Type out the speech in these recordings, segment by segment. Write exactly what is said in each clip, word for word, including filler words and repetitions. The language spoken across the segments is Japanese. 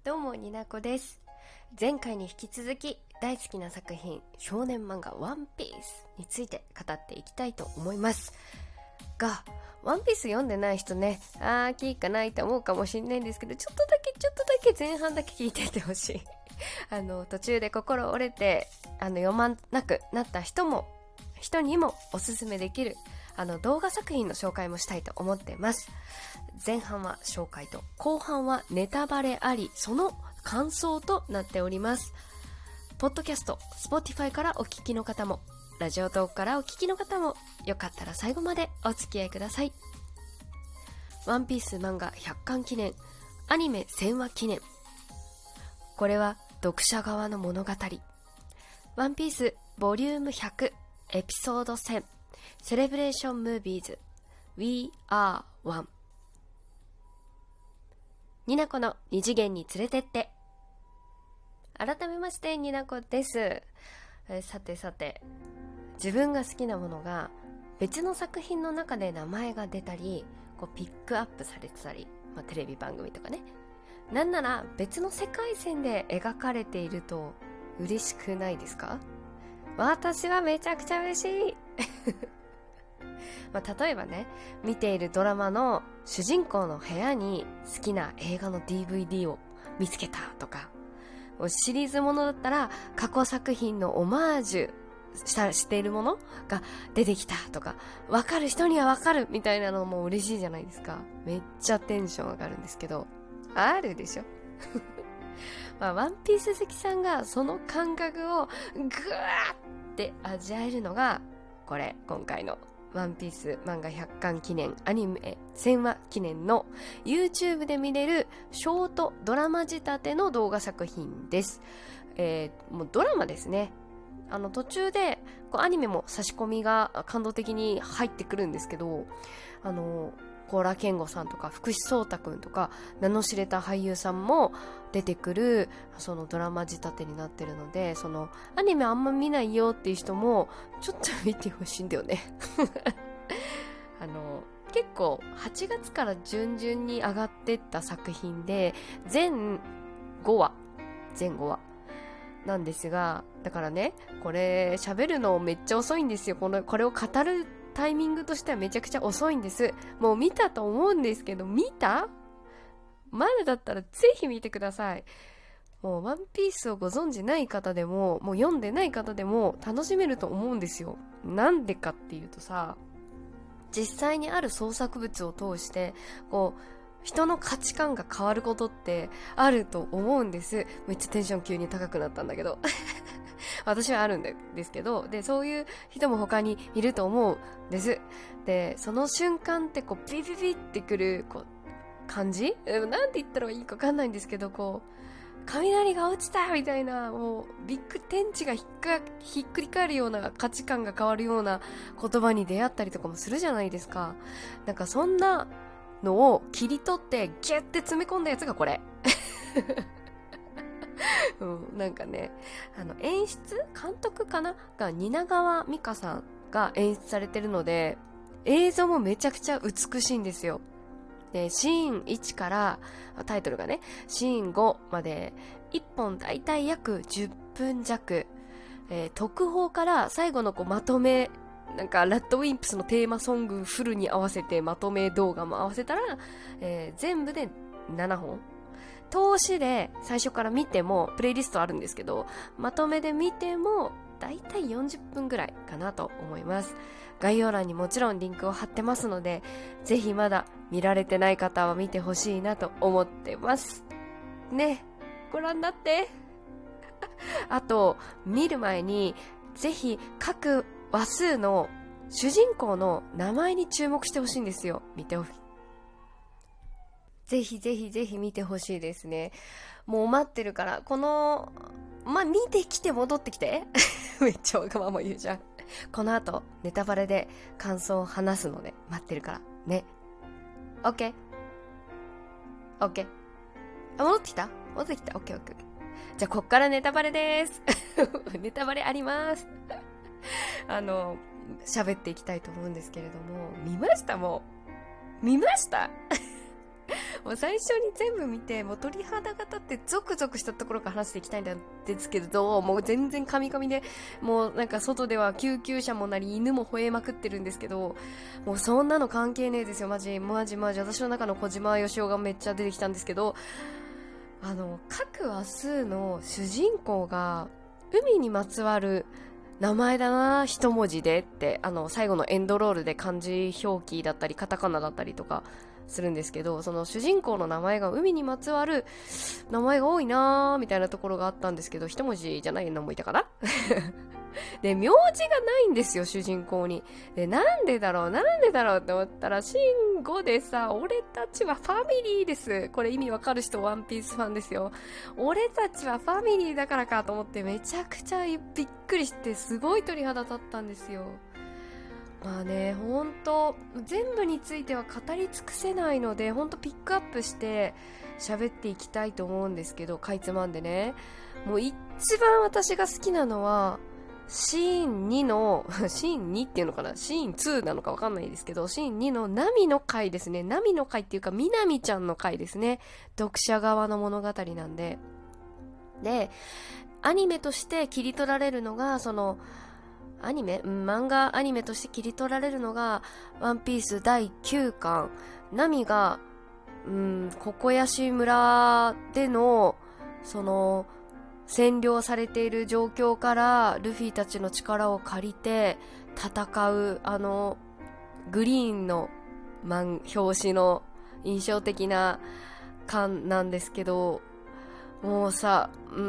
どうもになこです。前回に引き続き大好きな作品少年漫画ワンピースについて語っていきたいと思いますが、ワンピース読んでない人ね、あー聞いかないと思うかもしれないんですけど、ちょっとだけちょっとだけ前半だけ聞いていてほしいあの途中で心折れてあの読まなくなった人も人にもおすすめできるあの動画作品の紹介もしたいと思っています。前半は紹介と後半はネタバレあり、その感想となっております。ポッドキャスト、Spotify からお聞きの方も、ラジオトークからお聞きの方も、よかったら最後までお付き合いください。ワンピース漫画ひゃっかん記念、アニメせんわ記念。これは読者側の物語。ワンピースボリュームひゃくエピソードせん、セレブレーションムービーズ We Are One。になこの二次元に連れてって。改めましてになこです。えさてさて、自分が好きなものが別の作品の中で名前が出たり、こうピックアップされてたり、まあ、テレビ番組とかね、なんなら別の世界線で描かれていると嬉しくないですか？私はめちゃくちゃ嬉しいまあ、例えばね、見ているドラマの主人公の部屋に好きな映画の ディーブイディー を見つけたとか、シリーズものだったら過去作品のオマージュしたしているものが出てきたとか、分かる人には分かるみたいなのも嬉しいじゃないですか。めっちゃテンション上がるんですけど、あるでしょまあ、ワンピース好きさんがその感覚をグワーって味わえるのがこれ、今回のワンピース漫画ひゃっかん記念、アニメせんわ記念の YouTube で見れるショートドラマ仕立ての動画作品です。えー、もうドラマですね。あの途中でこうアニメも差し込みが感動的に入ってくるんですけど、あの高良健吾さんとか福士蒼汰くんとか名の知れた俳優さんも出てくるそのドラマ仕立てになってるので、そのアニメあんま見ないよっていう人もちょっと見てほしいんだよねあの結構はちがつから順々に上がってった作品で全ごわ全ごわなんですが、だからね、これ喋るのめっちゃ遅いんですよ。このこれを語るタイミングとしてはめちゃくちゃ遅いんです。もう見たと思うんですけど、見た？まだだったらぜひ見てください。もうワンピースをご存じない方でも、もう読んでない方でも楽しめると思うんですよ。なんでかっていうとさ、実際にある創作物を通してこう人の価値観が変わることってあると思うんです。めっちゃテンション急に高くなったんだけど私はあるんですけど、でそういう人も他にいると思うんです。でその瞬間ってこうビビビってくるこう感じ、なんて言ったらいいか分かんないんですけど、こう雷が落ちたみたいな、もうビッグ天地がひっかひっくり返るような価値観が変わるような言葉に出会ったりとかもするじゃないですか。なんかそんなのを切り取ってギュッて詰め込んだやつがこれうん、なんかね、あの演出監督かなが蜷川実花さんが演出されてるので、映像もめちゃくちゃ美しいんですよ。でシーンいちからタイトルがねシーンごまでいっぽんだいたい約じゅっぷん弱、えー、特報から最後のこうまとめ、なんかラッドウィンプスのテーマソングフルに合わせてまとめ動画も合わせたら、えー、全部でななほん通しで最初から見ても、プレイリストあるんですけど、まとめで見てもだいたいよんじゅっぷんぐらいかなと思います。概要欄にもちろんリンクを貼ってますので、ぜひまだ見られてない方は見てほしいなと思ってますね。ご覧になってあと見る前にぜひ各話数の主人公の名前に注目してほしいんですよ。見てほしい、ぜひぜひぜひ見てほしいですね。もう待ってるから、このまあ、見てきて戻ってきてめっちゃわがまま言うじゃん。この後ネタバレで感想を話すので待ってるからね。 OK OK、 あ、戻ってきた戻ってきた OK OK OK。 じゃあこっからネタバレですネタバレありますあの喋っていきたいと思うんですけれども、見ました？もう見ましたもう最初に全部見て、もう鳥肌が立ってゾクゾクしたところから話していきたいんですけど、もう全然カミカミで、もうなんか外では救急車もなり、犬も吠えまくってるんですけど、もうそんなの関係ねえですよ、マジ、マジマジ。私の中の小島よしおがめっちゃ出てきたんですけど、あの、各話数の主人公が、海にまつわる名前だな、一文字でって、あの、最後のエンドロールで漢字表記だったり、カタカナだったりとかするんですけど、その主人公の名前が海にまつわる名前が多いなーみたいなところがあったんですけど、一文字じゃないのもいたかなで、名字がないんですよ、主人公に。で、なんでだろう、なんでだろうって思ったら、シンゴでさ、俺たちはファミリーです。これ意味わかる人、ワンピースファンですよ。俺たちはファミリーだからかと思って、めちゃくちゃびっくりして、すごい鳥肌立ったんですよ。まあね、ほんと、全部については語り尽くせないので、ほんとピックアップして喋っていきたいと思うんですけど、かいつまんでね。もう一番私が好きなのは、シーンにの、シーンにっていうのかな、シーンツーなのかわかんないですけど、シーンにのナミの回ですね。ナミの回っていうか、みなみちゃんの回ですね。読者側の物語なんで。で、アニメとして切り取られるのが、その、アニメ、うん、漫画アニメとして切り取られるのが、ワンピースだいきゅうかん。ナミが、うん、ココヤシ村での、その、占領されている状況からルフィたちの力を借りて戦う、あのグリーンのマン表紙の印象的な感なんですけど、もうさ、うん、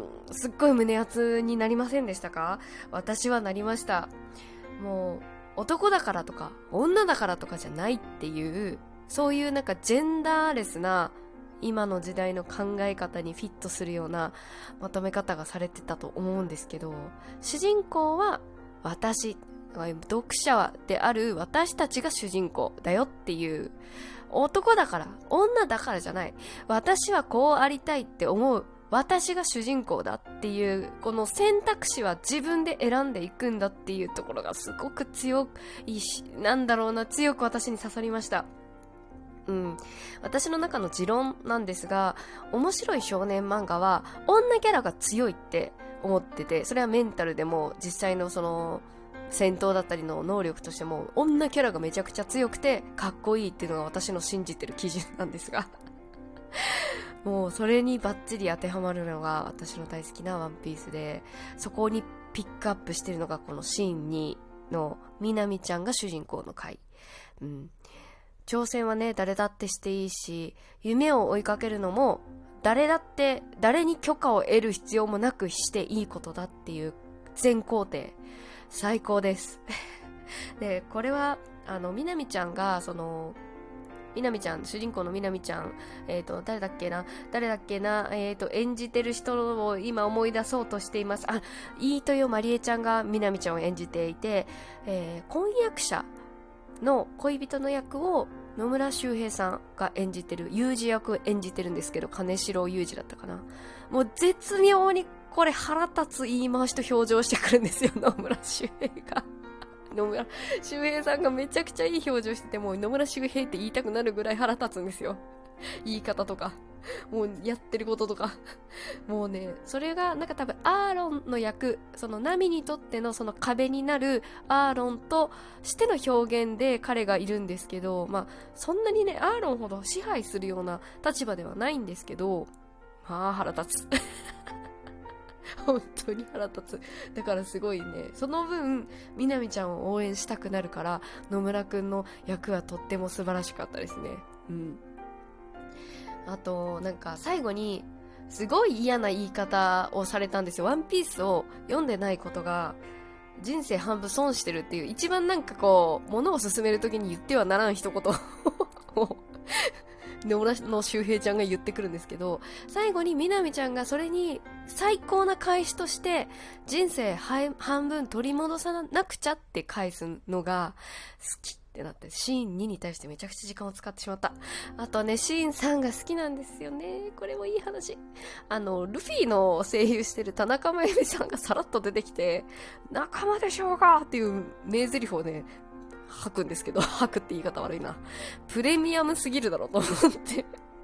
すっごい胸熱になりませんでしたか？私はなりました。もう男だからとか女だからとかじゃないっていう、そういうなんかジェンダーレスな今の時代の考え方にフィットするようなまとめ方がされてたと思うんですけど、主人公は私、読者である私たちが主人公だよっていう、男だから女だからじゃない、私はこうありたいって思う私が主人公だっていう、この選択肢は自分で選んでいくんだっていうところがすごく強いし、なんだろうな、強く私に刺さりました。うん、私の中の持論なんですが、面白い少年漫画は女キャラが強いって思ってて、それはメンタルでも実際のその戦闘だったりの能力としても女キャラがめちゃくちゃ強くてかっこいいっていうのが私の信じてる基準なんですがもうそれにバッチリ当てはまるのが私の大好きなワンピースで、そこにピックアップしてるのがこのシーンにのみなみちゃんが主人公の回。うん、挑戦はね、誰だってしていいし、夢を追いかけるのも誰だって誰に許可を得る必要もなくしていいことだっていう全工程、最高ですで、これはあのみなみちゃんがそのみなみちゃん、主人公のみなみちゃん、えっと誰だっけな誰だっけなえっと演じてる人を今思い出そうとしています。あ、飯豊まりえちゃんがみなみちゃんを演じていて、えー、婚約者の恋人の役を野村周平さんが演じてる、裕二役を演じてるんですけど、金城裕二だったかな。もう絶妙にこれ腹立つ言い回しと表情してくるんですよ、野村周平が野村周平さんがめちゃくちゃいい表情してて、もう野村周平って言いたくなるぐらい腹立つんですよ、言い方とかもうやってることとかもうね、それがなんか多分アーロンの役、そのナミにとってのその壁になるアーロンとしての表現で彼がいるんですけど、まあそんなにねアーロンほど支配するような立場ではないんですけど、まあ腹立つ本当に腹立つ。だからすごいね、その分みなみちゃんを応援したくなるから、野村くんの役はとっても素晴らしかったですね。うん。あとなんか最後にすごい嫌な言い方をされたんですよ。ワンピースを読んでないことが人生半分損してるっていう、一番なんかこう物を進めるときに言ってはならん一言を野村の周平ちゃんが言ってくるんですけど、最後にみなみちゃんがそれに最高な返しとして人生半分取り戻さなくちゃって返すのが好きってなって、シーンにに対してめちゃくちゃ時間を使ってしまった。あとね、シーンさんが好きなんですよね。これもいい話。あのルフィの声優してる田中真由美さんがさらっと出てきて、仲間でしょうかっていう名台詞をね吐くんですけど、吐くって言い方悪いな、プレミアムすぎるだろうと思って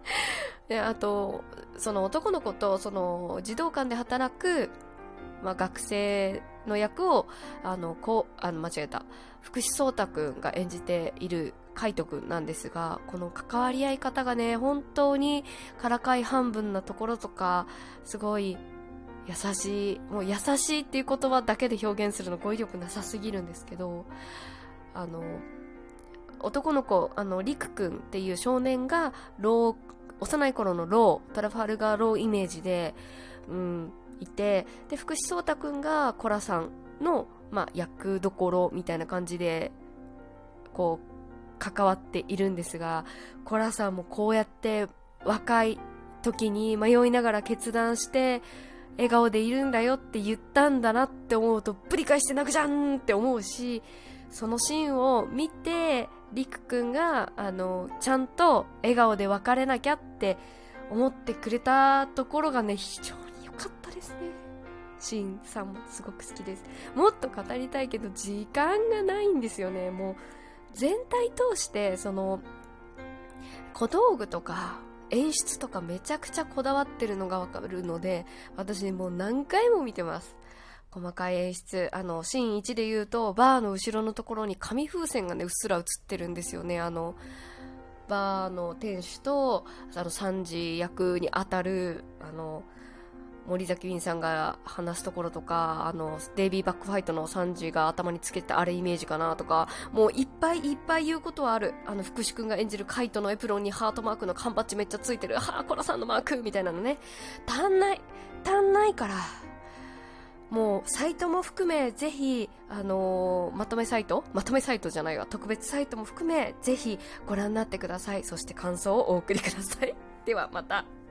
で、あと、その男の子と、その、児童館で働く、まあ、学生の役を、あの、こう、あの、間違えた。福士蒼汰くんが演じている海斗くんなんですが、この関わり合い方がね、本当にからかい半分なところとか、すごい優しい、もう優しいっていう言葉だけで表現するの語彙力なさすぎるんですけど、あの、男の子、あの、リクくんっていう少年が、ロー、幼い頃のロー、トラファルガーローイメージで、うん、いて、で、福士蒼汰くんがコラさんの、まあ、役どころみたいな感じで、こう、関わっているんですが、コラさんもこうやって若い時に迷いながら決断して、笑顔でいるんだよって言ったんだなって思うと、ぶり返して泣くじゃんって思うし、そのシーンを見て、リクくんが、あの、ちゃんと笑顔で別れなきゃって思ってくれたところがね、非常に良かったですね。シーンさんもすごく好きです。もっと語りたいけど、時間がないんですよね。もう、全体通して、その、小道具とか、演出とかめちゃくちゃこだわってるのがわかるので、私もう何回も見てます。細かい演出、あの、シーンいちで言うと、バーの後ろのところに紙風船がね、うっすら映ってるんですよね。あの、バーの店主と、あの、サンジ役に当たる、あの、森崎ウィンさんが話すところとか、あの、デイビーバックファイトのサンジが頭につけてあれイメージかなとか、もういっぱいいっぱい言うことはある。あの、福士くんが演じるカイトのエプロンにハートマークの缶バッジめっちゃついてる。はぁ、コラさんのマークみたいなのね。足んない。足んないから。もう、サイトも含め、ぜひ、あのー、まとめサイトまとめサイトじゃないわ。特別サイトも含め、ぜひご覧になってください。そして感想をお送りください。では、また。